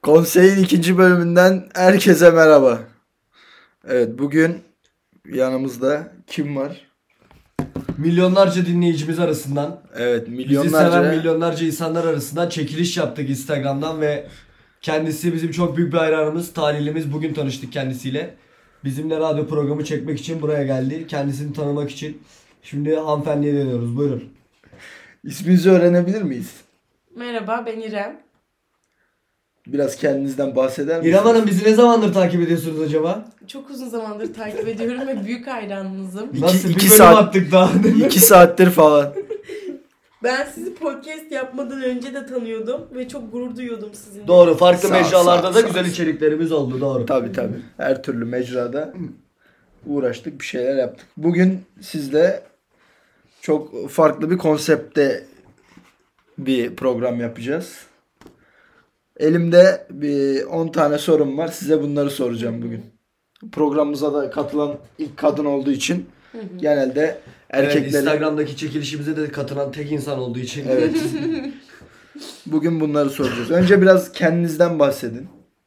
Konseyin 2. bölümünden herkese merhaba. Evet, bugün yanımızda kim var? Milyonlarca dinleyicimiz arasından, Evet, bizi seven milyonlarca insanlar arasından çekiliş yaptık Instagram'dan ve kendisi bizim çok büyük bir hayranımız, talihlimiz. Bugün tanıştık kendisiyle. Bizimle radyo programı çekmek için buraya geldi. Kendisini tanımak için. Şimdi hanımefendiye dönüyoruz. Buyurun. İsminizi öğrenebilir miyiz? Merhaba, ben İrem. Biraz kendinizden bahseder misiniz? İrem Hanım, bizi ne zamandır takip ediyorsunuz acaba? Çok uzun zamandır takip ediyorum ve büyük hayranınızım. Nasıl? iki Bir bölüm saat- attık daha. 2 saattir falan. Ben sizi podcast yapmadan önce de tanıyordum ve çok gurur duyuyordum sizinle. Doğru. Farklı Sağ ol, mecralarda sağ ol, da sağ ol. güzel içeriklerimiz oldu. Doğru. Tabii. Her türlü mecrada uğraştık, bir şeyler yaptık. Bugün sizle çok farklı bir konsepte bir program yapacağız. Elimde bir 10 tane sorum var. Size bunları soracağım bugün. Programımıza da katılan ilk kadın olduğu için genelde Evet, erkekleri... Instagram'daki çekilişimize de katılan tek insan olduğu için. Evet. Bugün bunları soracağız. Önce biraz kendinizden bahsedin.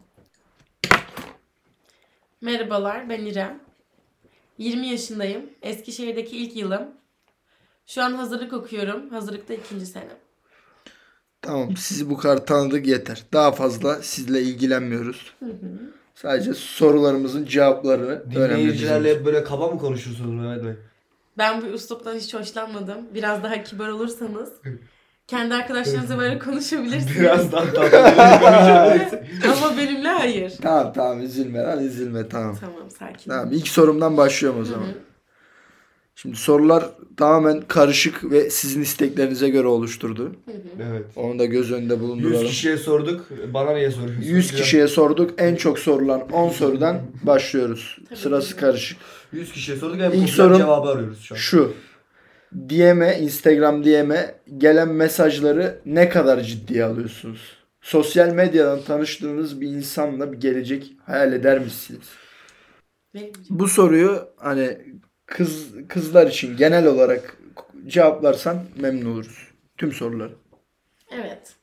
Merhabalar, ben İrem. 20 yaşındayım. Eskişehir'deki ilk yılım. Şu an hazırlık okuyorum. Hazırlıkta 2. senem. Tamam, sizi bu kadar tanıdık yeter. Daha fazla sizle ilgilenmiyoruz. Sadece sorularımızın cevapları önemli. Dinleyicilerle bizim hep böyle kaba mı konuşursunuz Mehmet Bey? Ben bu üsluptan hiç hoşlanmadım. Biraz daha kibar olursanız kendi arkadaşlarınızla böyle konuşabilirsiniz. Biraz daha tatlı konuşabiliriz. Ama benimle hayır. için. Tamam, üzülme lan, üzülme, tamam. Tamam, sakin. Tamam, ilk sorumdan başlıyorum o zaman. Şimdi sorular tamamen karışık ve sizin isteklerinize göre oluşturdu. Evet. Onu da göz önünde 100 bulunduralım. kişiye sorduk. Bana niye soruyorsun? 100 kişiye sorduk. En çok sorulan 10 sorudan başlıyoruz. Tabii Sırası ki. karışık. 100 kişiye sorduk. En İlk popüler sorum cevabı arıyoruz şu an. Şu. Instagram DM'e gelen mesajları ne kadar ciddiye alıyorsunuz? Sosyal medyadan tanıştığınız bir insanla bir gelecek hayal eder misiniz? Benim- Bu soruyu hani kızlar için genel olarak cevaplarsan memnun oluruz. Tüm soruları. Evet.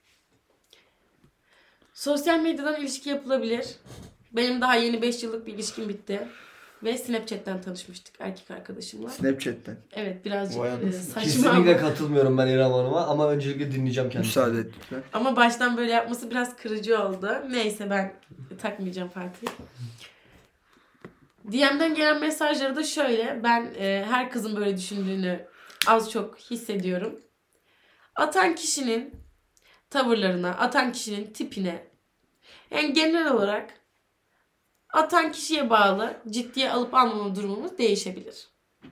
Sosyal medyadan ilişki yapılabilir. Benim daha yeni 5 yıllık bir ilişkim bitti. Ve Snapchat'ten tanışmıştık erkek arkadaşımla. Snapchat'ten. Evet, birazcık Vay anasını. saçma Kesinlikle ama. katılmıyorum ben İrem Hanım'a ama öncelikle dinleyeceğim kendisini. Müsaade et lütfen. Ama baştan böyle yapması biraz kırıcı oldu. Neyse, ben takmayacağım Fatih. DM'den gelen mesajları da şöyle. Ben her kızın böyle düşündüğünü az çok hissediyorum. Atan kişinin tavırlarına, atan kişinin tipine, yani genel olarak atan kişiye bağlı ciddiye alıp almama durumumuz değişebilir.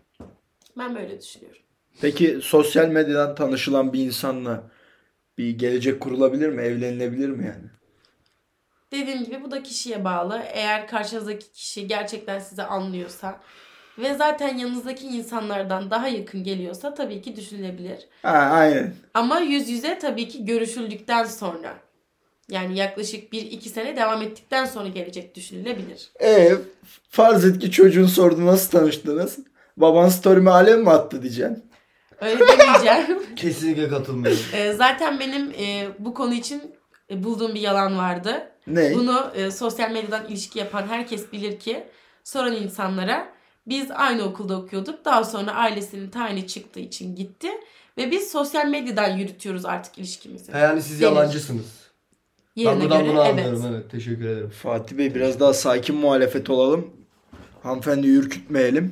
Ben böyle düşünüyorum. Peki sosyal medyadan tanışılan bir insanla bir gelecek kurulabilir mi? Evlenilebilir mi yani? Dediğim gibi bu da kişiye bağlı. Eğer karşınızdaki kişi gerçekten sizi anlıyorsa ve zaten yanınızdaki insanlardan daha yakın geliyorsa tabii ki düşünülebilir. Ha, aynen. Ama yüz yüze tabii ki görüşüldükten sonra, yani yaklaşık 1-2 sene devam ettikten sonra gelecek düşünülebilir. Farz et ki çocuğun sordu nasıl tanıştınız? Baban story'me alem mi attı diyeceksin. Öyle demeyeceğim. Kesinlikle katılmıyorum. Zaten benim bu konu için bulduğum bir yalan vardı. Ne? Bunu sosyal medyadan ilişki yapan herkes bilir ki soran insanlara biz aynı okulda okuyorduk. Daha sonra ailesinin tayini çıktığı için gitti. Ve biz sosyal medyadan yürütüyoruz artık ilişkimizi. Yani siz Denir. yalancısınız. Ben Yerine buradan göre bunu evet. anlıyorum. Evet, teşekkür ederim. Fatih Bey, biraz daha sakin muhalefet olalım. Hanımefendiyi ürkütmeyelim.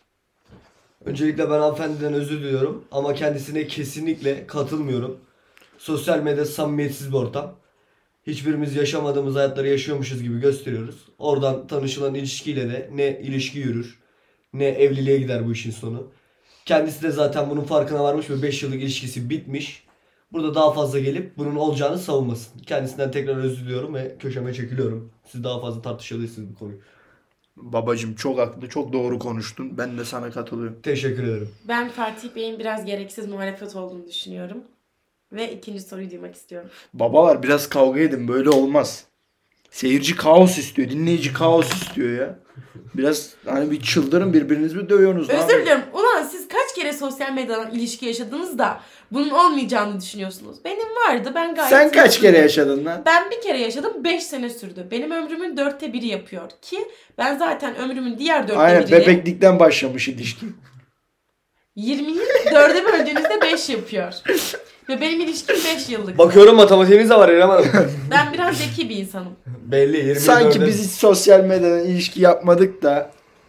Öncelikle ben hanımefendiden özür diliyorum ama kendisine kesinlikle katılmıyorum. Sosyal medya samimiyetsiz bir ortam. Hiçbirimiz yaşamadığımız hayatları yaşıyormuşuz gibi gösteriyoruz. Oradan tanışılan ilişkiyle de ne ilişki yürür ne evliliğe gider bu işin sonu. Kendisi de zaten bunun farkına varmış ve 5 yıllık ilişkisi bitmiş. Burada daha fazla gelip bunun olacağını savunmasın. Kendisinden tekrar özür diliyorum ve köşeme çekiliyorum. Siz daha fazla tartışabilirsiniz bu konuyu. Babacım çok haklı, çok doğru konuştun. Ben de sana katılıyorum. Teşekkür ederim. Ben Fatih Bey'in biraz gereksiz muhalefet olduğunu düşünüyorum. Ve ikinci soruyu duymak istiyorum. Babalar biraz kavga edin, böyle olmaz. Seyirci kaos istiyor, dinleyici kaos istiyor ya. Biraz hani bir çıldırın, birbirinizi mi dövüyorsunuz? Özür diliyorum. Ulan siz kaç kere sosyal medyadan ilişki yaşadınız da bunun olmayacağını düşünüyorsunuz. Benim vardı. Ben gayet Sen kaç kere mutluyum. yaşadın lan? Ben bir kere yaşadım. 5 sene sürdü. Benim ömrümün 1/4'ü yapıyor. Ki ben zaten ömrümün diğer 1/4'ünü Aynen, bebeklikten başlamış ilişki. 20'yi 4'e böldüğünüzde 5 yapıyor. Ve benim ilişkim 5 yıllık. Bakıyorum matematiğiniz de var İrem Hanım. Ben biraz zeki bir insanım. Belli 24'e. Sanki biz hiç sosyal medyadan ilişki yapmadık da.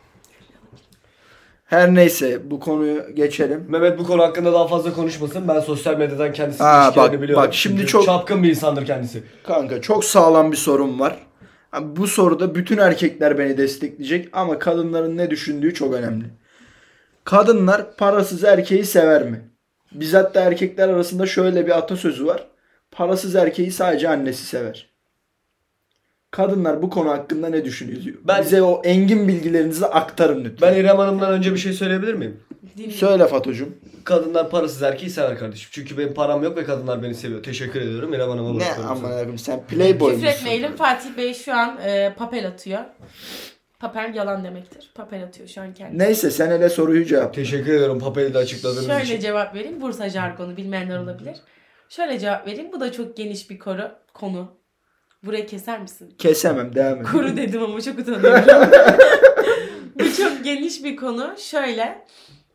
Her neyse, bu konuyu geçelim. Mehmet bu konu hakkında daha fazla konuşmasın. Ben sosyal medyadan kendisinin Aa, ilişkilerini bak, biliyorum. bak, şimdi Çünkü çok- çapkın bir insandır kendisi. Kanka çok sağlam bir sorum var. Abi, bu soruda bütün erkekler beni destekleyecek ama kadınların ne düşündüğü çok önemli. Kadınlar parasız erkeği sever mi? Bizzat da erkekler arasında şöyle bir atasözü var. Parasız erkeği sadece annesi sever. Kadınlar bu konu hakkında ne düşünüyor? Bize o engin bilgilerinizi aktarın lütfen. Ben İrem Hanım'dan önce bir şey söyleyebilir miyim? Dinliyorum. Söyle Fatocuğum. Kadınlar parasız erkeği sever kardeşim. Çünkü benim param yok ve kadınlar beni seviyor. Teşekkür ediyorum. İrem Hanım'a Ne bırakıyorum. aman abim, sen playboy musun? Küfretmeyelim. Fatih Bey şu an papel atıyor. Papel yalan demektir. Papel atıyor şu an kendisi. Neyse, sen hele soruyu cevap. Teşekkür ediyorum papeli de açıkladığınız Şöyle için. cevap vereyim. Bursa jargonu bilmeyenler olabilir. Şöyle cevap vereyim. Bu da çok geniş bir konu. Burayı keser misin? Kesemem, devam et. Kuru dedim ama çok utanıyorum. Bu çok geniş bir konu. Şöyle.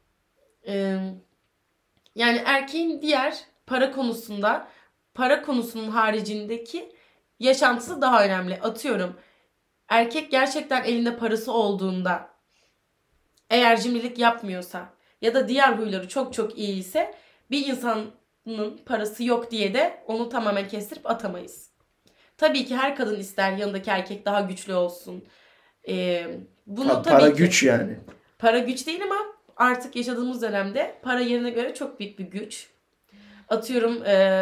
Yani erkeğin diğer para konusunun haricindeki yaşantısı daha önemli. Atıyorum. Erkek gerçekten elinde parası olduğunda eğer cimrilik yapmıyorsa ya da diğer huyları çok çok iyi ise bir insanın parası yok diye de onu tamamen kestirip atamayız. Tabii ki her kadın ister yanındaki erkek daha güçlü olsun. Bunu tabii Para ki, güç yani. para güç değil ama artık yaşadığımız dönemde para yerine göre çok büyük bir güç. Atıyorum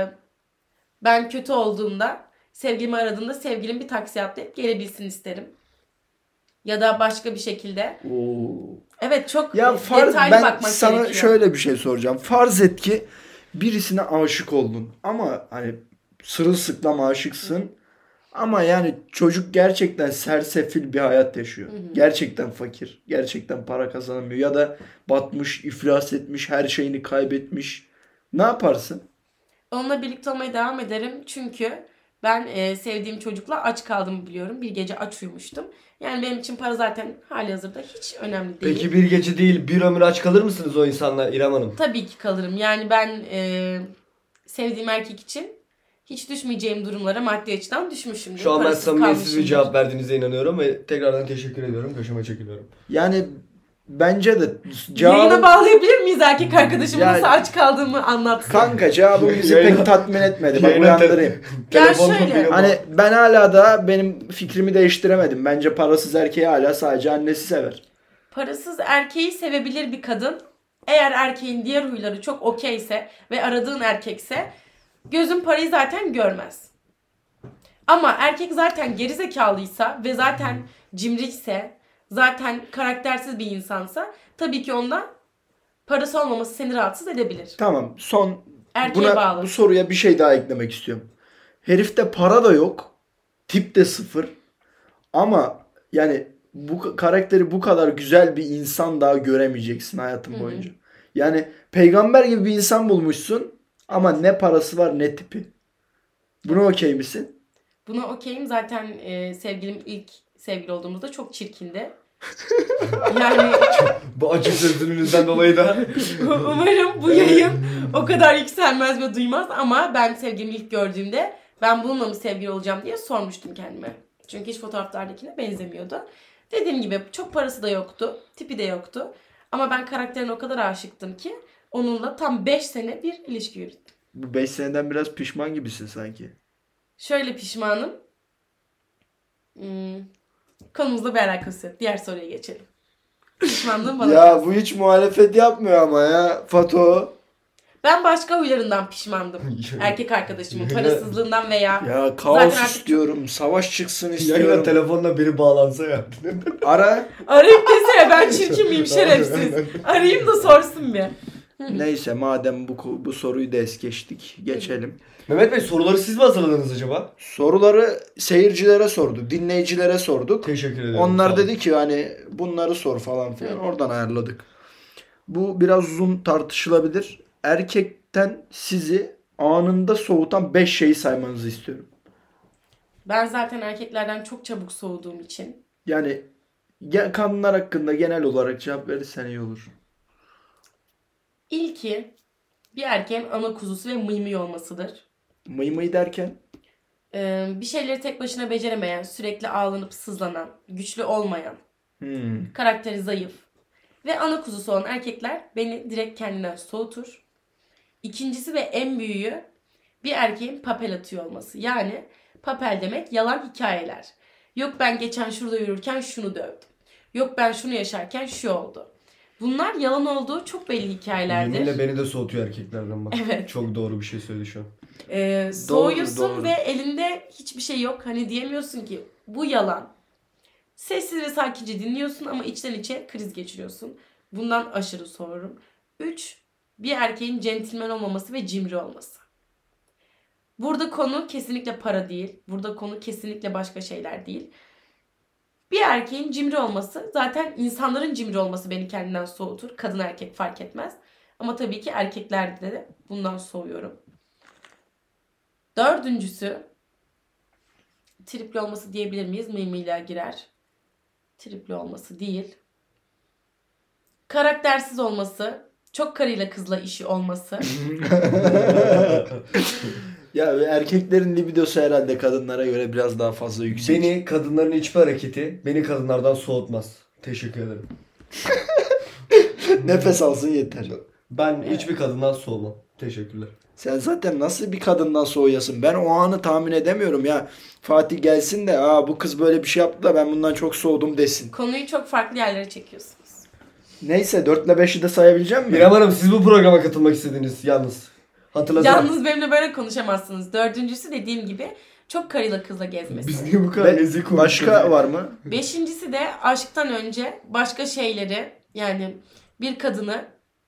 ben kötü olduğumda sevgilimi aradığında sevgilim bir taksi atlayıp gelebilsin isterim. Ya da başka bir şekilde. Oo. Evet, çok Ya detaylı ben bakmak sana gerekiyor. şöyle bir şey soracağım. Farz et ki birisine aşık oldun ama hani sırılsıklam aşıksın ama yani çocuk gerçekten sersefil bir hayat yaşıyor. Gerçekten fakir. Gerçekten para kazanamıyor ya da batmış, iflas etmiş, her şeyini kaybetmiş. Ne yaparsın? Onunla birlikte olmaya devam ederim. Çünkü ben sevdiğim çocukla aç kaldığımı biliyorum. Bir gece aç uyumuştum. Yani benim için para zaten halihazırda hiç önemli değil. Peki bir gece değil bir ömür aç kalır mısınız o insanla İrem Hanım? Tabii ki kalırım. Yani ben sevdiğim erkek için hiç düşmeyeceğim durumlara maddi açıdan düşmüşümdür. Şu an ben Parasız samimiyetsiz bir kalmışımdır. cevap verdiğinize inanıyorum ve tekrardan teşekkür ediyorum. Köşeme çekiliyorum. Yani bence de Yayına bağlayabilir miyiz erkek arkadaşımın Yani- nasıl aç kaldığımı anlatsın. kanka cevabım bizi Yayına- pek tatmin etmedi. Bak, Yayına uyandırayım. Ya Telefonla şöyle. beni Hani ben hala da benim fikrimi değiştiremedim. Bence parasız erkeği hala sadece annesi sever. Parasız erkeği sevebilir bir kadın. Eğer erkeğin diğer huyları çok okeyse ve aradığın erkekse gözün parayı zaten görmez. Ama erkek zaten gerizekalıysa ve zaten cimriyse, zaten karaktersiz bir insansa tabii ki onda parası olmaması seni rahatsız edebilir. Tamam, son Erkeğe bağlı. bu soruya bir şey daha eklemek istiyorum. Herifte para da yok. Tip de sıfır. Ama yani bu karakteri bu kadar güzel bir insan daha göremeyeceksin hayatın boyunca. Yani peygamber gibi bir insan bulmuşsun ama ne parası var ne tipi. Buna okey misin? Buna okeyim. Zaten sevgilim ilk sevgili olduğumuzda çok çirkindi. Yani Bu açık sözlülüğünüzden dolayı da umarım bu yayın o kadar yükselmez ve duymaz ama ben sevgilimi ilk gördüğümde ben bununla mı sevgili olacağım diye sormuştum kendime. Çünkü hiç fotoğraflardakine benzemiyordu. Dediğim gibi çok parası da yoktu, tipi de yoktu. Ama ben karakterine o kadar aşıktım ki onunla tam 5 sene bir ilişki yürüttüm. Bu 5 seneden biraz pişman gibisin sanki. Şöyle pişmanım. Konumuzla bir alakası yok. Diğer soruya geçelim. Pişmanlığım bana. Ya bu hiç muhalefet yapmıyor ama ya Fato. Ben başka huylarından pişmandım. Erkek arkadaşımın parasızlığından veya Ya kaos Zaten artık- istiyorum. Savaş çıksın yayına istiyorum. telefonla biri bağlansa ya. Ara. arayıp desene ben çirkin miyim şerefsiz. Arayayım da sorsun bir. Neyse, madem bu soruyu da es geçtik. Geçelim. Mehmet Bey soruları siz mi hazırladınız acaba? Soruları seyircilere sorduk. Dinleyicilere sorduk. Teşekkür ederim. Onlar Sağ olun. dedi ki hani bunları sor falan filan. Oradan ayarladık. Bu biraz uzun tartışılabilir. Erkekten sizi anında soğutan 5 şeyi saymanızı istiyorum. Ben zaten erkeklerden çok çabuk soğuduğum için. Yani kadınlar hakkında genel olarak cevap verirsen iyi olur. İlki bir erkeğin ana kuzusu ve mıymıy olmasıdır. Mıy mıy derken? Bir şeyleri tek başına beceremeyen, sürekli ağlanıp sızlanan, güçlü olmayan, karakteri zayıf ve ana kuzusu olan erkekler beni direkt kendinden soğutur. İkincisi ve en büyüğü bir erkeğin papel atıyor olması. Yani papel demek yalan hikayeler. Yok ben geçen şurada yürürken şunu dövdüm. Yok ben şunu yaşarken şu oldu. Bunlar yalan olduğu çok belli hikayelerdir. Yeminle beni de soğutuyor erkeklerden bak. Evet. Çok doğru bir şey söyledi şu an. Soğuyorsun doğru. ve elinde hiçbir şey yok. Hani diyemiyorsun ki bu yalan. Sessiz ve sakince dinliyorsun ama içten içe kriz geçiriyorsun. Bundan aşırı soğurum. 3. Bir erkeğin centilmen olmaması ve cimri olması. Burada konu kesinlikle para değil. Burada konu kesinlikle başka şeyler değil. Bir erkeğin cimri olması, zaten insanların cimri olması beni kendinden soğutur. Kadın erkek fark etmez. Ama tabii ki erkeklerde de bundan soğuyorum. Dördüncüsü, tripli olması diyebilir miyiz? Mıymıyla girer. Tripli olması değil. Karaktersiz olması, çok karıyla kızla işi olması. Ya erkeklerin libidosu herhalde kadınlara göre biraz daha fazla yüksek. Beni kadınların hiçbir hareketi beni kadınlardan soğutmaz. Teşekkür ederim. Nefes alsın yeter. Ben hiçbir kadından soğumam. Teşekkürler. Sen zaten nasıl bir kadından soğuyasın? Ben o anı tahmin edemiyorum ya. Fatih gelsin de aa bu kız böyle bir şey yaptı da ben bundan çok soğudum desin. Konuyu çok farklı yerlere çekiyorsunuz. Neyse 4 ile 5'i de sayabilecek miyim? İrem Hanım siz bu programa katılmak istediniz yalnız. Hatırlasana. Yalnız benimle böyle konuşamazsınız. Dördüncüsü dediğim gibi çok karıyla kızla gezmesi. Biz niye bu kadar nezih konuşuyoruz? Başka var mı? Beşincisi de aşktan önce başka şeyleri, yani bir kadını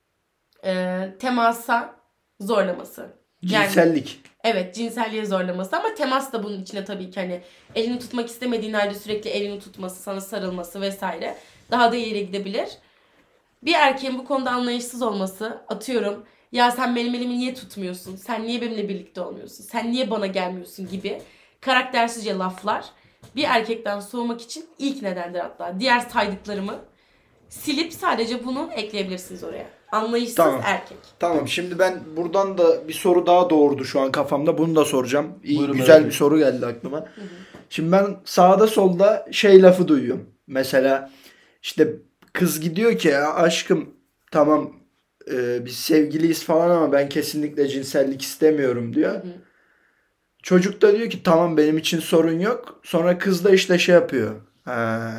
temasa zorlaması. Yani, Cinsellik. evet, cinselliğe zorlaması ama temas da bunun içine tabii ki, hani elini tutmak istemediğin halde sürekli elini tutması, sana sarılması vesaire daha da ileri gidebilir. Bir erkeğin bu konuda anlayışsız olması, atıyorum ya sen benim elimi niye tutmuyorsun, sen niye benimle birlikte olmuyorsun, sen niye bana gelmiyorsun gibi karaktersizce laflar bir erkekten soğumak için ilk nedendir hatta. Diğer saydıklarımı silip sadece bunu ekleyebilirsiniz oraya. Anlayışsız Tamam. erkek. Tamam şimdi ben buradan da bir soru daha doğurdu şu an kafamda. Bunu da soracağım. İyi, Buyurun, güzel evet. bir soru geldi aklıma. Şimdi ben sağda solda şey lafı duyuyorum. Mesela işte kız gidiyor ki ya aşkım tamam biz sevgiliyiz falan ama ben kesinlikle cinsellik istemiyorum diyor. Çocuk da diyor ki tamam benim için sorun yok. Sonra kız da işte şey yapıyor. Ha,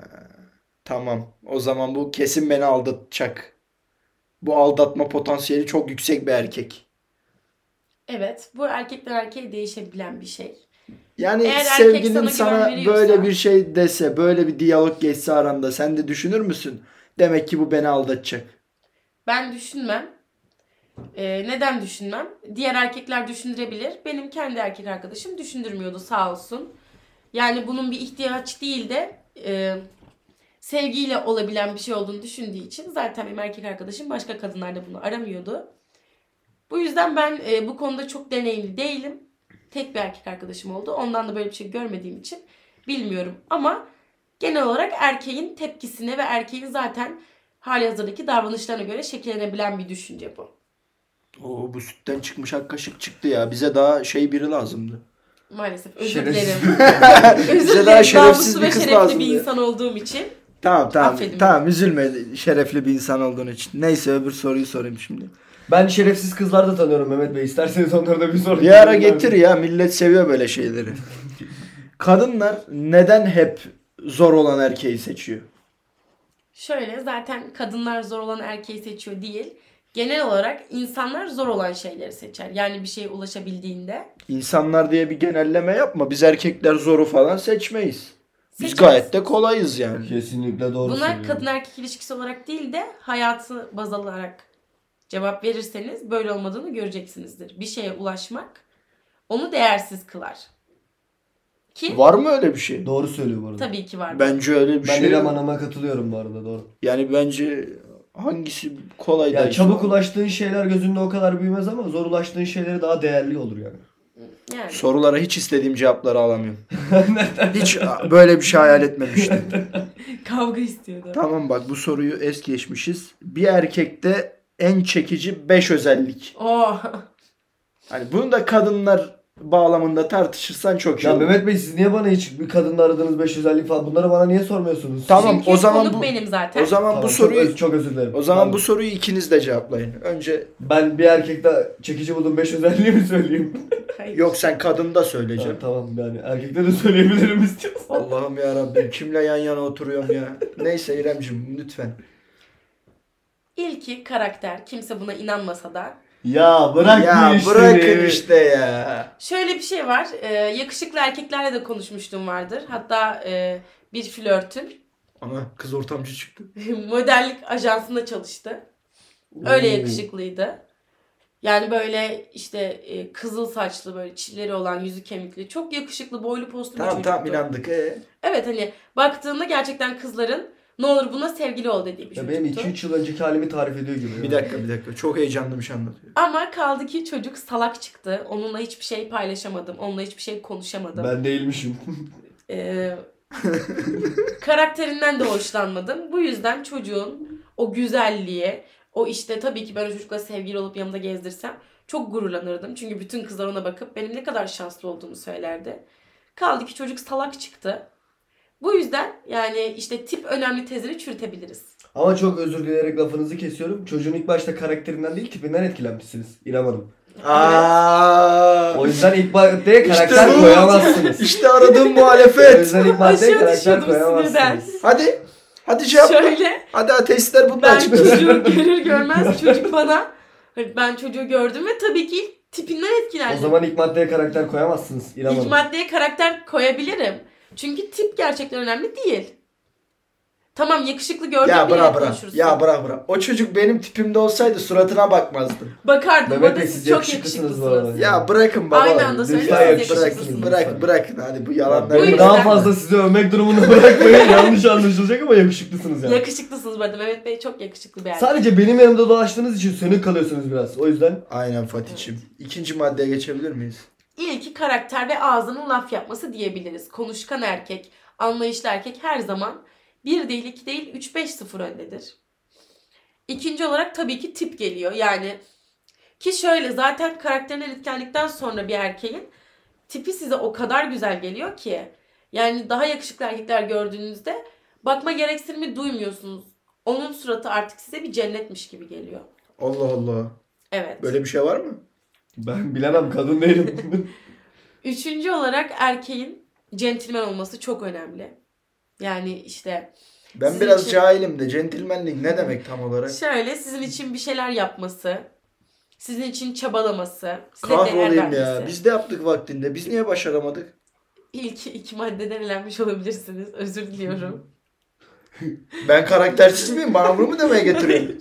tamam o zaman bu kesin beni aldatacak. Bu aldatma potansiyeli çok yüksek bir erkek. Evet, bu erkekten erkeğe değişebilen bir şey. Yani Eğer erkek sevgilin sana sana güven veriyorsa- böyle bir şey dese, böyle bir diyalog geçse aranda sen de düşünür müsün? Demek ki bu beni aldatacak. Ben düşünmem. Neden düşünmem? Diğer erkekler düşündürebilir. Benim kendi erkek arkadaşım düşündürmüyordu sağ olsun. Yani bunun bir ihtiyaç değil de sevgiyle olabilen bir şey olduğunu düşündüğü için zaten benim erkek arkadaşım başka kadınlarda bunu aramıyordu. Bu yüzden ben bu konuda çok deneyimli değilim. Tek bir erkek arkadaşım oldu. Ondan da böyle bir şey görmediğim için bilmiyorum. Ama genel olarak erkeğin tepkisine ve erkeğin zaten halihazırdaki davranışlarına göre şekillenebilen bir düşünce bu. Oo, bu sütten çıkmış ak kaşık çıktı ya. Bize daha şey biri lazımdı. Maalesef. Özür Şerefsiz. dilerim. Özür Bize dilerim. daha şerefsiz Namuslu bir ve kız şerefli lazımdı. bir insan olduğum için. Tamam Affedin tamam üzülme şerefli bir insan olduğun için. Neyse öbür soruyu sorayım şimdi. Ben şerefsiz kızlar da tanıyorum Mehmet Bey. İsterseniz onlara da bir soru. Bir ara getir ya millet seviyor böyle şeyleri. Kadınlar neden hep zor olan erkeği seçiyor? Şöyle, zaten kadınlar zor olan erkeği seçiyor değil. Genel olarak insanlar zor olan şeyleri seçer. Yani bir şeye ulaşabildiğinde. İnsanlar diye bir genelleme yapma. Biz erkekler zoru falan seçmeyiz. Biz Seçeriz. gayet de kolayız yani. Kesinlikle doğru Bunlar söylüyorum. kadın erkek ilişkisi olarak değil de hayatı baz alarak cevap verirseniz böyle olmadığını göreceksinizdir. Bir şeye ulaşmak onu değersiz kılar. Ki Var mı öyle bir şey? Doğru söylüyor bu arada. tabii ki var. Bence öyle bir Ben şey İrem yok. Hanım'a katılıyorum bu arada doğru. Yani bence Hangisi kolay Ya değil? çabuk ulaştığın şeyler gözünde o kadar büyümez ama zor ulaştığın şeyleri daha değerli olur yani. Yani. Sorulara hiç istediğim cevapları alamıyorum. Hiç böyle bir şey hayal etmemiştim. Kavga istiyordu. Tamam bak, bu soruyu es geçmişiz. Bir erkekte en çekici 5 özellik. Oh. Hani bunu da kadınlar bağlamında tartışırsan çok iyi Ya olur. Mehmet Bey, siz niye bana hiç bir kadında aradığınız 5 özellik falan bunları bana niye sormuyorsunuz? Tamam, Çünkü o zaman konuk bu benim zaten. o zaman Tamam, bu soruyu çok özür dilerim. o zaman Tamam. bu soruyu ikiniz de cevaplayın. Önce Ben bir erkekte çekici bulduğum 5 özelliği mi söyleyeyim? Hayır. yok, sen kadında söyleyeceğim. Tamam yani erkekte de söyleyebilirim istiyorsan. Allah'ım ya Rabbim, kimle yan yana oturuyorum ya. Neyse İremciğim, lütfen. İlki karakter. Kimse buna inanmasa da. Ya bırak Ya bu işleri. bırakın işte ya. Şöyle bir şey var. Yakışıklı erkeklerle de konuşmuşluğum vardır. Hatta bir flörtüm Ana kız ortamcı çıktı. modellik ajansında çalıştı. Öyle yakışıklıydı. Yani böyle işte kızıl saçlı, böyle çilleri olan, yüzü kemikli, çok yakışıklı, boylu postlu bir Tamam çocuktu. tamam, inandık. Evet, hani baktığında gerçekten kızların ne olur buna sevgili ol dediği bir Ya çocuktu. benim 2-3 yıl önceki halimi tarif ediyor gibi. Bir dakika. Çok heyecanlı bir şey anlatıyor. Ama kaldı ki çocuk salak çıktı. Onunla hiçbir şey paylaşamadım. Onunla hiçbir şey konuşamadım. Ben değilmişim. Karakterinden de hoşlanmadım. Bu yüzden çocuğun o güzelliği, o işte tabii ki ben o çocukla sevgili olup yanımda gezdirsem çok gururlanırdım. Çünkü bütün kızlar ona bakıp benim ne kadar şanslı olduğumu söylerdi. Kaldı ki çocuk salak çıktı. Bu yüzden yani işte tip önemli tezini çürütebiliriz. Ama çok özür dileyerek lafınızı kesiyorum. Çocuğun ilk başta karakterinden değil tipinden etkilenmişsiniz İrem Hanım. Aa. O yüzden ilk maddeye İşte karakter bu. koyamazsınız. İşte aradığım O muhalefet. yüzden ilk maddeye Aşağı karakter düşüyordum sinirden. koyamazsınız. Hadi cevapla. Şöyle, Hadi testler bundan ben çıkıyor. çocuğu görür görmez çocuk bana, ben çocuğu gördüm ve tabii ki ilk tipinden etkilendim. O zaman ilk maddeye karakter koyamazsınız İrem İlk Hanım. maddeye karakter koyabilirim. Çünkü tip gerçekten önemli değil. Tamam, yakışıklı gördüğüm Ya biriyle bırak. konuşursun. Ya bırak. O çocuk benim tipimde olsaydı suratına bakmazdım. Bakardım. Mehmet Bana Bey, siz siz çok yakışıklısınız bu arada. yakışıklısınız. Ya bırakın baba. Aynı anda Lütfen söylüyorsunuz yakışıklısınız. yakışıklısınız. Bırakın hadi bu yalanları. Bu Beni yüzden- daha fazla sizi övmek durumunda bırakmayın. Yanlış anlaşılacak ama yakışıklısınız yani. Yakışıklısınız bu arada. Mehmet Bey çok yakışıklı bir erkek. Sadece benim yanımda dolaştığınız için sönük kalıyorsunuz biraz. O yüzden Aynen Fatih'ciğim. İkinci maddeye geçebilir miyiz? İlki karakter ve ağzının laf yapması diyebiliriz. Konuşkan erkek, anlayışlı erkek her zaman 1 değil 2 değil 3-5-0 öndedir. İkinci olarak tabii ki tip geliyor. Yani ki şöyle, zaten karakterinden etkilendikten sonra bir erkeğin tipi size o kadar güzel geliyor ki. Yani daha yakışıklı erkekler gördüğünüzde bakma gereksinimi duymuyorsunuz. Onun suratı artık size bir cennetmiş gibi geliyor. Allah Allah. Evet. Böyle bir şey var mı? ben bilemem, kadın değilim. Üçüncü olarak erkeğin centilmen olması çok önemli. Yani işte Ben Sizin biraz için- cahilim de centilmenlik ne demek tam olarak? şöyle, sizin için bir şeyler yapması, sizin için çabalaması, size değer Kahrolayım vermesi. ya. Biz de yaptık vaktinde. Biz niye başaramadık? İlk iki maddeden elenmiş olabilirsiniz. Özür diliyorum. Ben karaktersiz miyim? Bana bunu mu demeye getiriyorsun?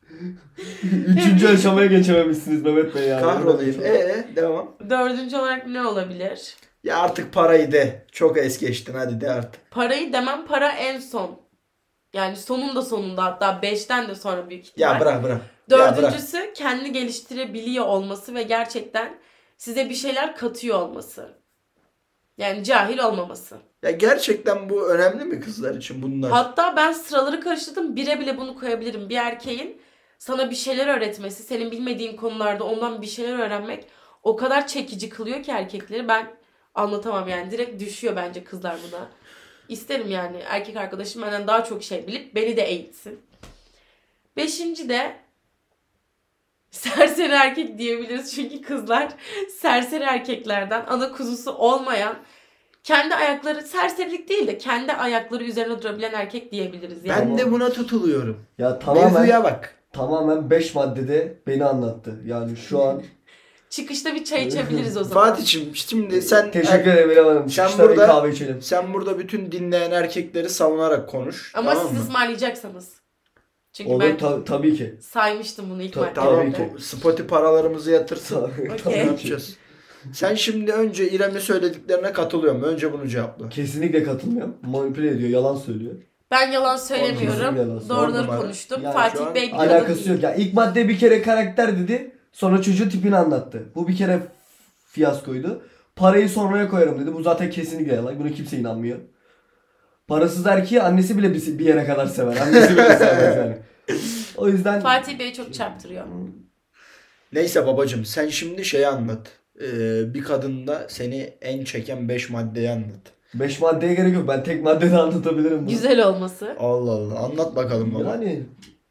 Üçüncü aşamaya geçememişsiniz Mehmet Bey ya. Kahrolayım. Devam. Dördüncü olarak ne olabilir? Ya artık parayı de. Çok es geçtin, hadi de artık. Parayı demem, para en son. Yani sonunda hatta 5'ten de sonra büyük ihtimal. Ya bırak. Ya bırak. Dördüncüsü kendini geliştirebiliyor olması ve gerçekten size bir şeyler katıyor olması. Yani cahil olmaması. Ya gerçekten bu önemli mi kızlar için bunlar? Hatta ben sıraları karıştırdım. Bire bile bunu koyabilirim. Bir erkeğin sana bir şeyler öğretmesi, senin bilmediğin konularda ondan bir şeyler öğrenmek o kadar çekici kılıyor ki erkekleri. Ben anlatamam yani. Direkt düşüyor bence kızlar buna. İsterim yani erkek arkadaşım benden daha çok şey bilip beni de eğitsin. Beşinci de serseri erkek diyebiliriz. Çünkü kızlar serseri erkeklerden, ana kuzusu olmayan, kendi ayakları, serserilik değil de kendi ayakları üzerine durabilen erkek diyebiliriz. Yani. Ben de buna tutuluyorum. Ya Mevzuya bak. tamamen 5 maddede beni anlattı. Yani şu an Çıkışta bir çay içebiliriz o zaman. Fatih'ciğim şimdi sen teşekkür ederim İrem Hanım. Sen Çıkışta bir burada- kahve içelim. sen burada bütün dinleyen erkekleri savunarak konuş. Ama tamam siz mı? ısmarlayacaksanız. Çünkü Olur ben tabii ki. saymıştım bunu ilk Ta- maddede. Tamam, Tabii ki. bu Spotify paralarımızı yatırsın. Okey. Ne Tabii ki. yapacağız? Sen şimdi önce İrem'in söylediklerine katılıyor musun? Önce bunu cevapla. Kesinlikle katılmıyorum. Manipüle ediyor, yalan söylüyor. Ben yalan Kesin yalan. söylemiyorum. Doğruları numara. konuştum. Yani şu Fatih an Bey bir kadın Alakası değil. yok ya. İlk madde bir kere karakter dedi. Sonra çocuğun tipini anlattı. Bu bir kere fiyaskoydu. Parayı sonraya koyarım dedi. Bu zaten kesinlikle yalan. Buna kimse inanmıyor. Parasız erkeği annesi bile bir yere kadar sever. Annesi bile sevmez yani. O yüzden Fatih Bey çok çarptırıyor. Neyse babacım sen şimdi şeyi anlat. Bir kadında seni en çeken 5 maddeyi anlat. 5 maddeye gerek yok. Ben tek maddede anlatabilirim bunu. Güzel olması. Allah Allah anlat bakalım baba. Yani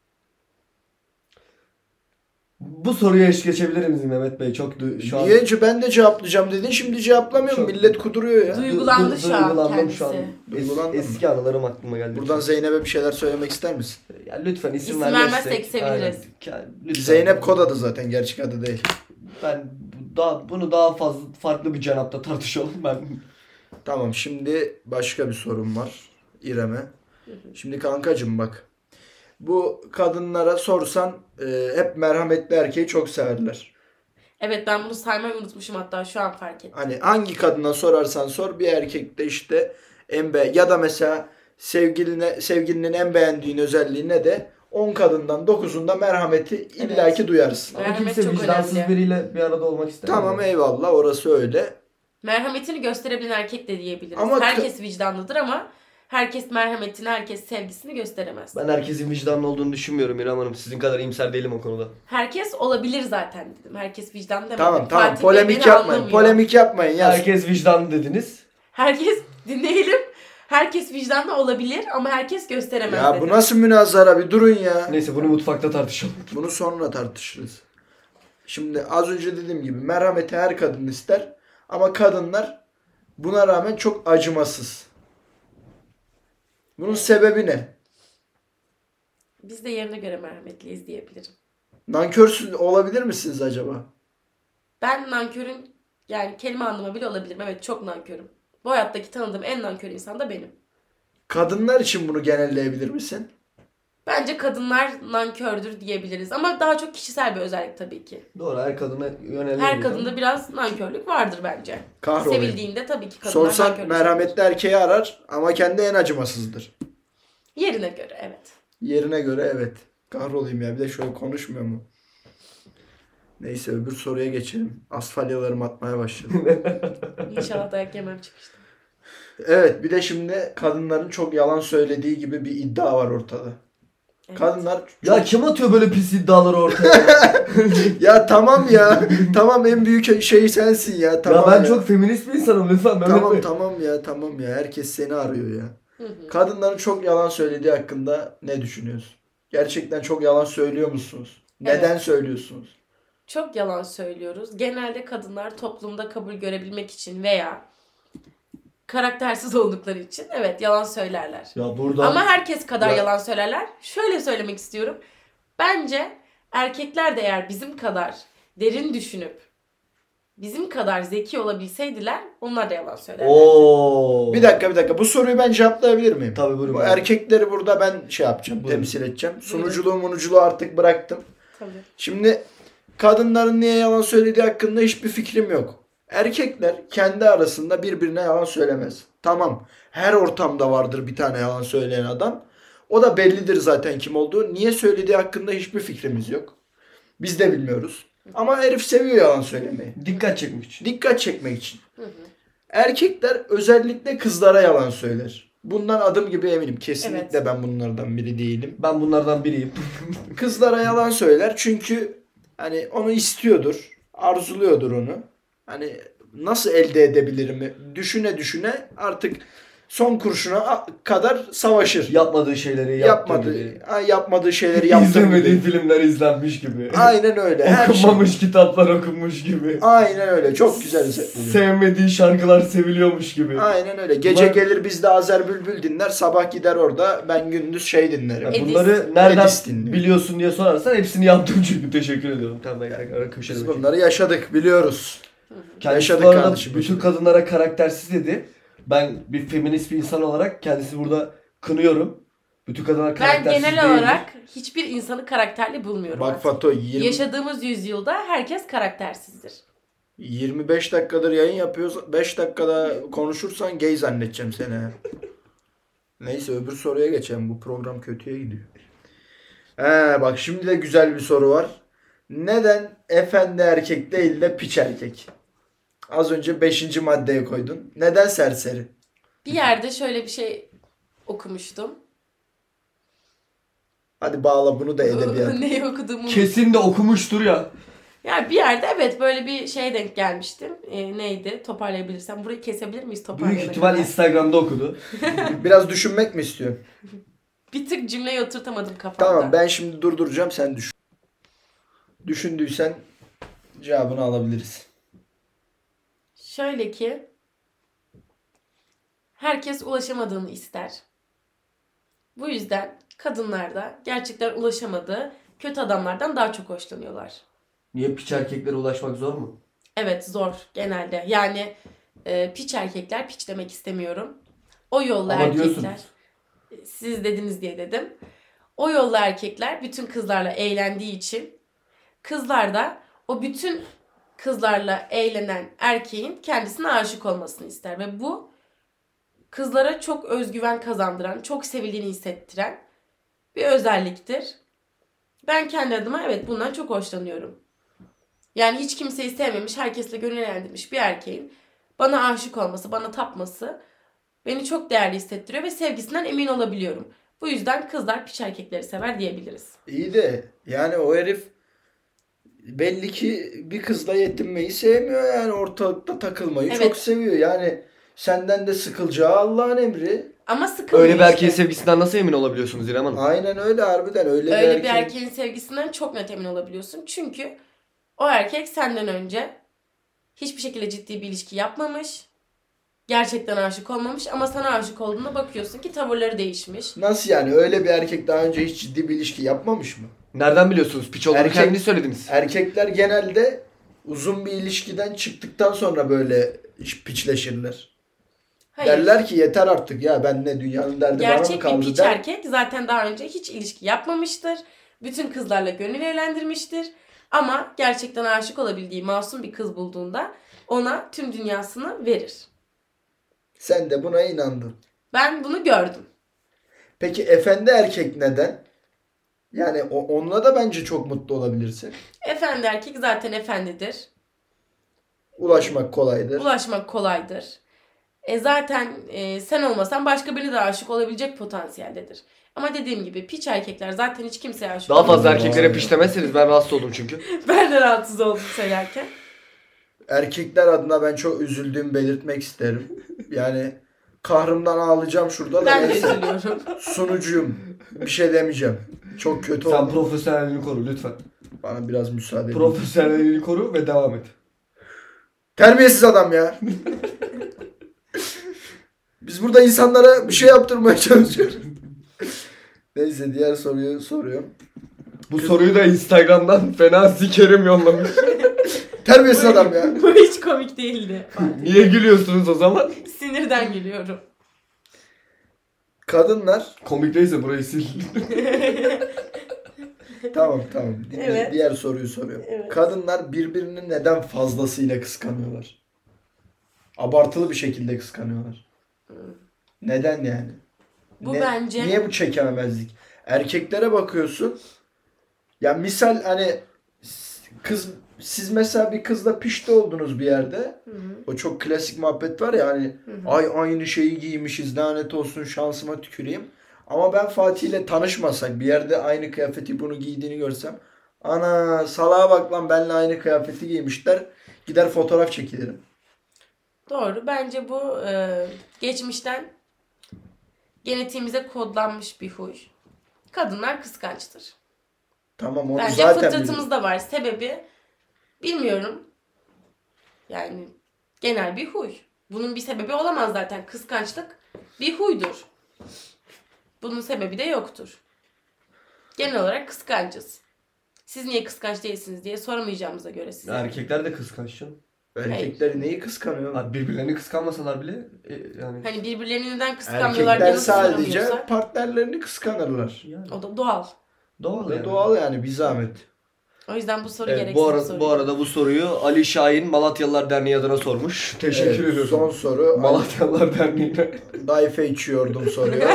bu soruya eş geçebilir miyiz Mehmet Bey? Çok şu an Niye ben de cevaplayacağım dedin şimdi cevaplamıyorum. Çok- Millet kuduruyor ya. Duygulandı şu an duygulandım kendisi. şu an. Duygulandın mı? Eski anılarım aklıma geldi. Buradan Zeynep'e bir şeyler söylemek ister misin? Ya lütfen isim İsim vermezsek. vermezsek seviniriz. Aynen. Lütfen. Zeynep kod adı zaten gerçek adı değil. Ben bunu daha fazla farklı bir cenapta tartışalım ben. Tamam şimdi başka bir sorum var İrem'e. Şimdi kankacım bak. Bu kadınlara sorsan hep merhametli erkeği çok severler. Evet, ben bunu saymayı unutmuşum, hatta şu an fark ettim. Hani hangi kadına sorarsan sor bir erkekte işte ya da mesela sevgilinin en beğendiğin özelliği ne de 10 kadından 9'unda merhameti illaki duyarsın. Ama Merhamet kimse çok vicdansız önemli. biriyle bir arada olmak istemiyor. Tamam eyvallah orası öyle. Merhametini gösterebilen erkek de diyebiliriz. Ama herkes vicdanlıdır ama herkes merhametini, herkes sevgisini gösteremez. Ben herkesin vicdanlı olduğunu düşünmüyorum İrem Hanım. Sizin kadar iyimser değilim o konuda. Herkes olabilir zaten dedim. Herkes vicdanlı demedim. Tamam Fatih Bey polemik beni yapmayın. anlamıyor. Polemik yapmayın yaz. Herkes vicdanlı dediniz. Herkes dinleyelim. Herkes vicdanlı olabilir ama herkes gösteremez Ya dedim. bu nasıl münazara bir durun ya. Neyse bunu mutfakta tartışalım. Bunu sonra tartışırız. Şimdi az önce dediğim gibi merhameti her kadın ister ama kadınlar buna rağmen çok acımasız. Bunun sebebi ne? Biz de yerine göre merhametliyiz diyebilirim. Nankörsüz olabilir misiniz acaba? Ben nankörün yani kelime anlamı bile olabilirim. Evet, çok nankörüm. Bu hayattaki tanıdığım en nankör insan da benim. Kadınlar için bunu genelleyebilir misin? Bence kadınlar nankördür diyebiliriz. Ama daha çok kişisel bir özellik tabii ki. Doğru, her kadına yönelemiyor. Her kadında biraz nankörlük vardır bence. Kahrolayım. Sevildiğinde tabii ki kadınlar Sorsan nankörlük merhametli erkeği arar ama kendi en acımasızdır. yerine göre, evet. Yerine göre evet. Kahrolayım ya bir de şöyle konuşmuyor mu? Neyse öbür soruya geçelim. Asfalyalarım atmaya başladı. İnşallah dayak yemem çıkışta. Evet bir de şimdi kadınların çok yalan söylediği gibi bir iddia var ortada. Evet. Kadınlar Ya kim atıyor böyle pis iddiaları ortaya? ya tamam ya. Tamam en büyük şey sensin ya. Tamam ya ben ya. çok feminist bir insanım lütfen Mehmet Tamam Bey. tamam ya. Herkes seni arıyor ya. Hı hı. Kadınların çok yalan söylediği hakkında ne düşünüyorsun? Gerçekten çok yalan söylüyor musunuz? Neden Evet. söylüyorsunuz? Çok yalan söylüyoruz. Genelde kadınlar toplumda kabul görebilmek için veya karaktersiz oldukları için evet yalan söylerler. Ya burada Ama herkes kadar Ya- yalan söylerler. Şöyle söylemek istiyorum. Bence erkekler de eğer bizim kadar derin düşünüp bizim kadar zeki olabilseydiler onlar da yalan söylerler. Oo. Bir dakika. Bu soruyu ben cevaplayabilir miyim? Tabii buyurun. Bu erkekleri burada ben şey yapacağım, Buyurun. temsil edeceğim. Sunuculuğu artık bıraktım. Tabii. Şimdi kadınların niye yalan söylediği hakkında hiçbir fikrim yok. Erkekler kendi arasında birbirine yalan söylemez. Tamam. Her ortamda vardır bir tane yalan söyleyen adam. O da bellidir zaten kim olduğu. Niye söylediği hakkında hiçbir fikrimiz yok. Biz de bilmiyoruz. Ama herif seviyor yalan söylemeyi. Dikkat çekmek için. Dikkat çekmek için. Hı hı. Erkekler özellikle kızlara yalan söyler. Bundan adım gibi eminim. Kesinlikle Evet. ben bunlardan biri değilim. Ben bunlardan biriyim. Kızlara yalan söyler çünkü hani onu istiyordur, arzuluyordur onu. Hani nasıl elde edebilirim düşüne artık son kurşuna kadar savaşır. Yapmadığı şeyleri yaptığı gibi. Yapmadığı şeyleri yaptığı İzlemediği gibi. filmler izlenmiş gibi. Aynen öyle. Her şey. Okunmamış kitaplar okunmuş gibi. Aynen öyle. Çok güzel özetledi. Sevmediği şarkılar seviliyormuş gibi. Aynen öyle. Gece Bunlar- gelir bizde Azer Bülbül dinler. Sabah gider orada ben gündüz şey dinlerim. Edis. Bunları nereden Edis dinliyor. biliyorsun diye sorarsan hepsini yaptım çünkü teşekkür ediyorum. Tamam ben ara köşede Biz bakayım. bunları yaşadık biliyoruz. Kendisi yaşadık bu arada kardeşim, bütün yaşadık. kadınlara karaktersiz dedi. Ben bir feminist bir insan olarak kendisi burada kınıyorum. Bütün kadınlar Ben karaktersiz genel değildir. olarak hiçbir insanı karakterli bulmuyorum. Bak artık. Fato Yaşadığımız yüzyılda herkes karaktersizdir. 25 dakikadır yayın yapıyoruz. 5 dakikada konuşursan gay zannedeceğim seni. Neyse öbür soruya geçelim. Bu program kötüye gidiyor. Bak şimdi de güzel bir soru var. Neden efendi erkek değil de piç erkek? Az önce 5. maddeye koydun. Neden serseri? Bir yerde şöyle bir şey okumuştum. Hadi bağla bunu da edebiyat. Neyi okuduğumu. Kesin de okumuştur ya. Yani bir yerde evet böyle bir şeye denk gelmiştim. Neydi? Toparlayabilirsem. Burayı kesebilir miyiz toparlayana Büyük ihtimal kadar? Instagram'da okudu. Biraz düşünmek mi istiyorsun? Bir tık cümleyi oturtamadım kafamda. Tamam ben şimdi durduracağım sen düşün. Düşündüysen cevabını alabiliriz. Şöyle ki herkes ulaşamadığını ister. Bu yüzden kadınlar da gerçekten ulaşamadığı kötü adamlardan daha çok hoşlanıyorlar. Niye piç erkeklere ulaşmak zor mu? Evet zor genelde. Yani piç erkekler, piç demek istemiyorum. O yolla Ama erkekler. diyorsunuz. Siz dediniz diye dedim. O yolla erkekler bütün kızlarla eğlendiği için kızlar da o bütün kızlarla eğlenen erkeğin kendisine aşık olmasını ister. Ve bu kızlara çok özgüven kazandıran, çok sevildiğini hissettiren bir özelliktir. Ben kendi adıma evet bundan çok hoşlanıyorum. Yani hiç kimseyi sevmemiş, herkesle gönül eğlendirmiş bir erkeğin bana aşık olması, bana tapması beni çok değerli hissettiriyor ve sevgisinden emin olabiliyorum. Bu yüzden kızlar piç erkekleri sever diyebiliriz. İyi de yani o herif belli ki bir kızla yetinmeyi sevmiyor yani ortalıkta takılmayı Evet. çok seviyor. Yani senden de sıkılacağı Allah'ın emri. Ama sıkılmıyor Öyle bir erkeğin işte. sevgisinden nasıl emin olabiliyorsunuz İrem Hanım? Aynen öyle harbiden öyle Öyle bir erkeğin- erkeğin sevgisinden çok net emin olabiliyorsun. Çünkü o erkek senden önce hiçbir şekilde ciddi bir ilişki yapmamış. Gerçekten aşık olmamış ama sana aşık olduğunda bakıyorsun ki tavırları değişmiş. Nasıl yani öyle bir erkek daha önce hiç ciddi bir ilişki yapmamış mı? Nereden biliyorsunuz? Piç olduğunu Erkek- kendiniz söylediniz. Erkekler genelde uzun bir ilişkiden çıktıktan sonra böyle piçleşirler. Hayır. Derler ki yeter artık ya ben ne dünyanın derdi bana mı Gerçek bir kaldı piç der. erkek zaten daha önce hiç ilişki yapmamıştır. Bütün kızlarla gönül eğlendirmiştir. Ama gerçekten aşık olabildiği masum bir kız bulduğunda ona tüm dünyasını verir. Sen de buna inandın. Ben bunu gördüm. Peki efendi erkek neden? Yani onunla da bence çok mutlu olabilirsin. Efendi erkek zaten efendidir. Ulaşmak kolaydır. Ulaşmak kolaydır. Zaten sen olmasan başka birine de aşık olabilecek potansiyeldedir. Ama dediğim gibi piç erkekler zaten hiç kimseye aşık Daha fazla olamıyor. erkeklere piç demezseniz ben rahatsız oldum çünkü. Ben de rahatsız oldum söylerken. Erkekler adına ben çok üzüldüğümü belirtmek isterim. Yani kahrımdan ağlayacağım şurada da. Ben de neyse. üzülüyorum. Sunucuyum. Bir şey demeyeceğim. Çok kötü Sen oldu. profesyonelliğini koru lütfen. Bana biraz müsaade edin. Profesyonelliğini koru ve devam et. Terbiyesiz adam ya. Biz burada insanlara bir şey yaptırmaya çalışıyoruz. Neyse diğer soruyu soruyorum. Bu soruyu da Instagram'dan fena sikerim yollamış. Terbiyesiz adam ya. Bu hiç komik değildi. Niye gülüyorsunuz o zaman? Sinirden gülüyorum. Kadınlar Komik değilse burayı sil. tamam dinle. Evet. Diğer soruyu soruyorum. Evet. Kadınlar birbirini neden fazlasıyla kıskanıyorlar? Abartılı bir şekilde kıskanıyorlar. Neden yani? Bu bence- Niye bu çekememezlik? Erkeklere bakıyorsun. Ya misal hani siz mesela bir kızla pişti oldunuz bir yerde. O çok klasik muhabbet var ya hani ay aynı şeyi giymişiz lanet olsun şansıma tüküreyim. Ama ben Fatih ile tanışmasak bir yerde aynı kıyafeti bunu giydiğini görsem ana salağa bak lan benimle aynı kıyafeti giymişler gider fotoğraf çekilirim. Doğru. Bence bu geçmişten genetiğimize kodlanmış bir huy. Kadınlar kıskançtır. Tamam onu Bence zaten fıtratımızda var. Sebebi bilmiyorum. Yani genel bir huy. Bunun bir sebebi olamaz zaten. Kıskançlık bir huydur. Bunun sebebi de yoktur. Genel olarak kıskancız. Siz niye kıskanç değilsiniz diye soramayacağımıza göre size. Erkekler de kıskanç canım. Erkekleri neyi kıskanıyor? Abi birbirlerini kıskanmasalar bile yani. Hani birbirlerini neden kıskanmıyorlar Erkekler diye sadece soramıyorsak. partnerlerini kıskanırlar. Yani. O da doğal. Doğal Bu da yani. doğal yani bir zahmet. O yüzden bu soru Evet, gereksiz bir soru. bu arada bu soruyu Ali Şahin Malatyalılar Derneği adına sormuş. Teşekkür Evet, ediyorum. son soru. Malatyalılar Derneği'ne. Dayfe içiyordum soruyor.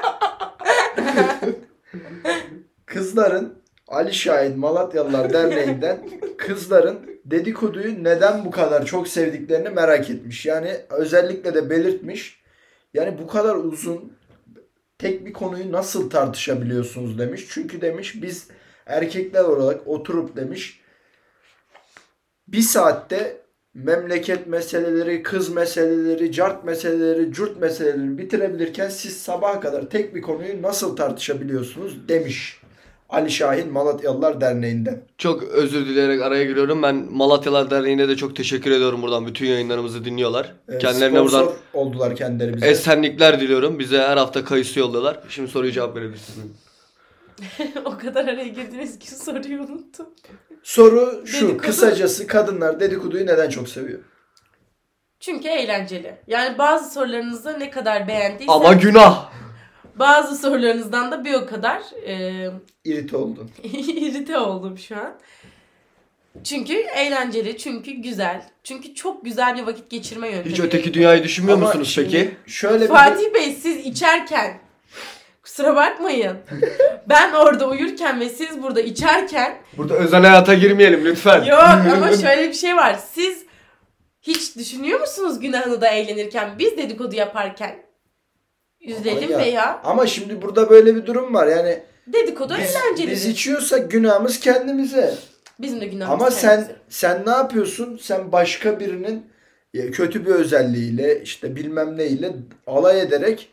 Kızların Ali Şahin Malatyalılar Derneği'nden kızların dedikoduyu neden bu kadar çok sevdiklerini merak etmiş. Yani özellikle de belirtmiş. Yani bu kadar uzun tek bir konuyu nasıl tartışabiliyorsunuz demiş. Çünkü demiş biz erkekler olarak oturup demiş bir saatte memleket meseleleri, kız meseleleri, cart meseleleri, cürt meseleleri bitirebilirken siz sabaha kadar tek bir konuyu nasıl tartışabiliyorsunuz demiş. Ali Şahin Malatyalılar Derneği'nden. Çok özür dileyerek araya giriyorum. Ben Malatyalılar Derneği'ne de çok teşekkür ediyorum buradan. Bütün yayınlarımızı dinliyorlar. Kendilerine Sponsor buradan oldular kendileri bize. esenlikler diliyorum. Bize her hafta kayısı yolluyorlar. Şimdi soruyu cevap verebilirsiniz. O kadar araya girdiniz ki soruyu unuttum. Soru şu, Dedikodu. kısacası kadınlar dedikoduyu neden çok seviyor? Çünkü eğlenceli. Yani bazı sorularınızı ne kadar beğendiysem Ama günah. bazı sorularınızdan da bir o kadar İrite oldun. irite oldum şu an. Çünkü eğlenceli, çünkü güzel. Çünkü çok güzel bir vakit geçirme yöntemi. Hiç öteki dünyayı düşünmüyor Ama musunuz şimdi peki? Şöyle bir Fatih Bey siz içerken kusura bakmayın. Ben orada uyurken ve siz burada içerken Burada özel hayata girmeyelim lütfen. yok ama şöyle bir şey var. Siz hiç düşünüyor musunuz günahını da eğlenirken? Biz dedikodu yaparken üzülelim Ama ya- veya Ama şimdi burada böyle bir durum var. Yani dedikodu eğlenceli. biz içiyorsak günahımız kendimize. Bizim de günahımız Ama kendimize. sen ne yapıyorsun? Sen başka birinin kötü bir özelliğiyle işte bilmem neyle alay ederek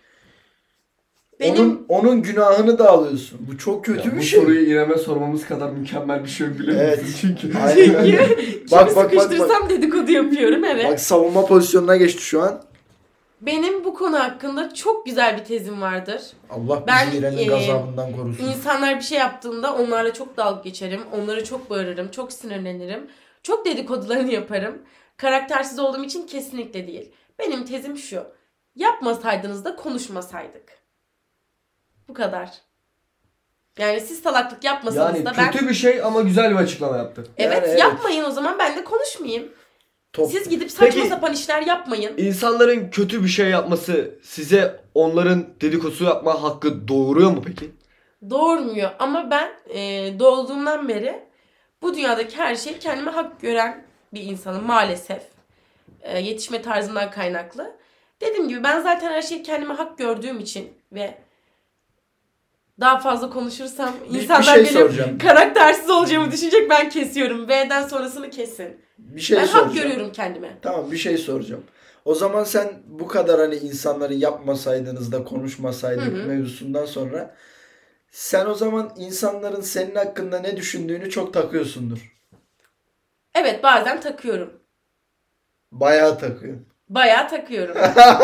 onun günahını da alıyorsun. Bu çok kötü bir şey. İrem'e sormamız kadar mükemmel bir şey Evet. çünkü. Aynen öyle. Kimi bak bak. sıkıştırsam dedikodu yapıyorum evet. Bak savunma pozisyonuna geçti şu an. Benim bu konu hakkında çok güzel bir tezim vardır. Allah Ben, bizi İrem'in gazabından korusun. İnsanlar bir şey yaptığında onlarla çok dalga geçerim. Onları çok bağırırım. Çok sinirlenirim. Çok dedikodularını yaparım. Karaktersiz olduğum için kesinlikle değil. Benim tezim şu. Yapmasaydınız da konuşmasaydık. Bu kadar. Yani siz salaklık yapmasanız Yani da ben... kötü bir şey ama güzel bir açıklama yaptı. Evet, Yani evet. yapmayın o zaman ben de konuşmayayım. Top- Siz gidip saçma Peki- sapan işler yapmayın. İnsanların kötü bir şey yapması size onların dedikodusu yapma hakkı doğuruyor mu peki? Doğurmuyor ama ben doğduğumdan beri bu dünyadaki her şeyi kendime hak gören bir insanım maalesef. Yetişme tarzından kaynaklı. Dediğim gibi ben zaten her şeyi kendime hak gördüğüm için ve daha fazla konuşursam Bir insanlar şey benim soracağım. karaktersiz olacağımı düşünecek, ben kesiyorum. V'den sonrasını kesin. Bir şey Ben soracağım. hak görüyorum kendime. Tamam bir şey soracağım. O zaman sen bu kadar hani insanları yapmasaydınız da konuşmasaydık Hı hı. mevzusundan sonra sen o zaman insanların senin hakkında ne düşündüğünü çok takıyorsundur. Evet, bazen takıyorum. Bayağı takıyorsun. Bayağı takıyorum.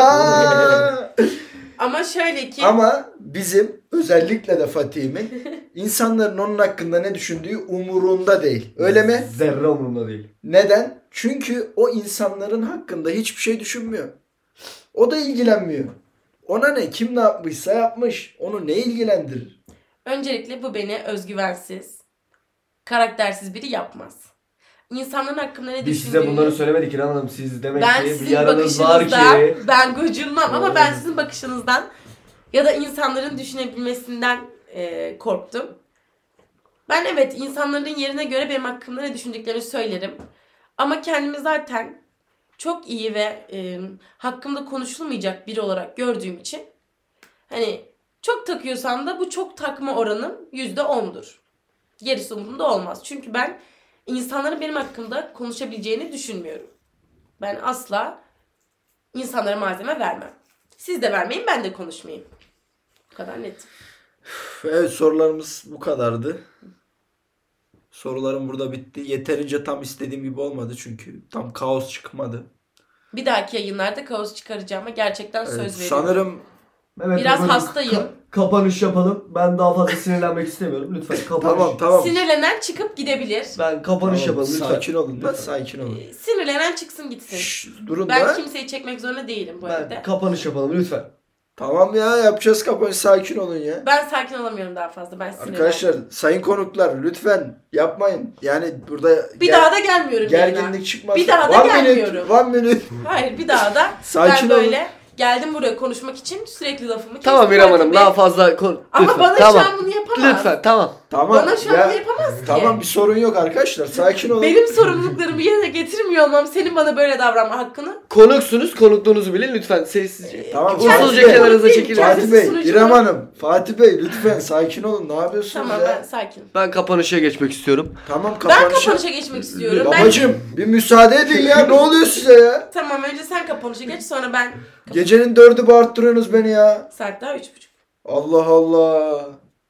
Ama şöyle ki Ama bizim özellikle de Fatih'imin insanların onun hakkında ne düşündüğü umurunda değil. Öyle mi? Zerre umurumda değil. Neden? Çünkü o insanların hakkında hiçbir şey düşünmüyor. O da ilgilenmiyor. Ona ne? Kim ne yapmışsa yapmış. Onu ne ilgilendirir? öncelikle bu beni özgüvensiz, karaktersiz biri yapmaz. İnsanların hakkında ne Biz size düşündüğünü bunları söylemedik İrem Hanım. Siz demek ben ki bir sizin yaranız var bakışınızdan, ki. ben gocunmam ama ben sizin bakışınızdan ya da insanların düşünebilmesinden korktum. Ben evet insanların yerine göre benim hakkımda ne düşündüklerini söylerim. Ama kendimi zaten çok iyi ve hakkımda konuşulmayacak biri olarak gördüğüm için hani çok takıyorsam da bu çok takma oranım %10'dur. Gerisi umurumda olmaz. Çünkü ben insanların benim hakkımda konuşabileceğini düşünmüyorum. Ben asla insanlara malzeme vermem. Siz de vermeyin, ben de konuşmayayım. Bu kadar net. Evet sorularımız bu kadardı. Sorularım burada bitti. Yeterince tam istediğim gibi olmadı çünkü tam kaos çıkmadı. Bir dahaki yayınlarda kaos çıkaracağıma gerçekten söz veriyorum. Sanırım Evet, Biraz efendim, hastayım. kapanış yapalım. Ben daha fazla sinirlenmek istemiyorum. Lütfen kapanış. tamam. Sinirlenen çıkıp gidebilir. Ben kapanış Tamam, yapalım lütfen. sakin olun da sakin olun. Sinirlenen çıksın gitsin. Şşş, durun Ben da. kimseyi çekmek zorunda değilim bu Ben evde. kapanış yapalım lütfen. Tamam ya, yapacağız kapanış, sakin olun ya. Ben sakin olamıyorum daha fazla. Ben sinirlendim. Arkadaşlar, sayın konuklar lütfen yapmayın. Yani burada Bir daha da gelmiyorum yayına. gerginlik çıkmasın. Bir daha da gelmiyorum. One minute. Hayır, bir daha da Sakin ben olun. böyle geldim buraya konuşmak için sürekli lafımı Tamam kestim. İrem Hanım, Fatih daha Bey. fazla Ama lütfen. bana Tamam. şu an bunu yapamaz. Lütfen tamam. Tamam. Bana şu an bunu yapamaz ki. Tamam, bir sorun yok arkadaşlar. Sakin olun. Benim sorumluluklarımı yerine getirmiyor olmam senin bana böyle davranma hakkını. Konuksunuz, konukluğunuzu bilin lütfen sessizce. Tamam, Usulca Fatih Bey. kenarınıza çekilin. Kendisi Fatih Bey, sunucu İrem mu? Hanım, Fatih Bey lütfen sakin olun. Ne yapıyorsunuz Tamam, ya? ben sakinim. Ben kapanışa geçmek istiyorum. Tamam, Ben kapanışa. kapanışa geçmek istiyorum. Babacım bir müsaade edin ya. Ne oluyor size ya? Tamam, önce sen kapanışa geç, sonra ben. Gecenin 4'ü bağırttırıyorsunuz beni ya. Saat daha 3.30. Allah Allah.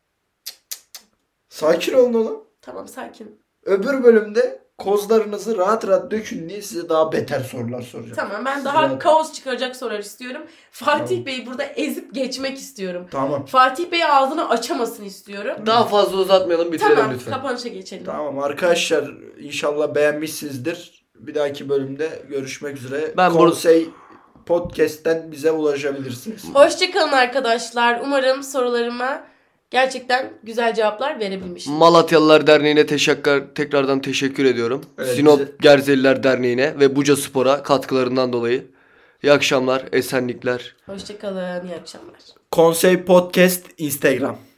Sakin olun oğlum. Tamam, sakin. Öbür bölümde kozlarınızı rahat rahat dökün diye size daha beter sorular soracağım. Tamam, ben Siz daha rahat- kaos çıkaracak sorular istiyorum. Fatih Tamam. Bey'i burada ezip geçmek istiyorum. Tamam. Fatih Bey ağzını açamasın istiyorum. Daha fazla uzatmayalım, bitirelim Tamam, lütfen. kapanışa geçelim. Tamam arkadaşlar, inşallah beğenmişsinizdir. Bir dahaki bölümde görüşmek üzere. Ben Konsey Podcast'ten bize ulaşabilirsiniz. Hoşçakalın arkadaşlar. Umarım sorularıma gerçekten güzel cevaplar verebilmişim. Malatyalılar Derneği'ne tekrardan teşekkür ediyorum. Evet, Sinop bize- Gerzeliler Derneği'ne ve Buca Spor'a katkılarından dolayı. İyi akşamlar, esenlikler. Hoşçakalın, iyi akşamlar. Konsey Podcast Instagram.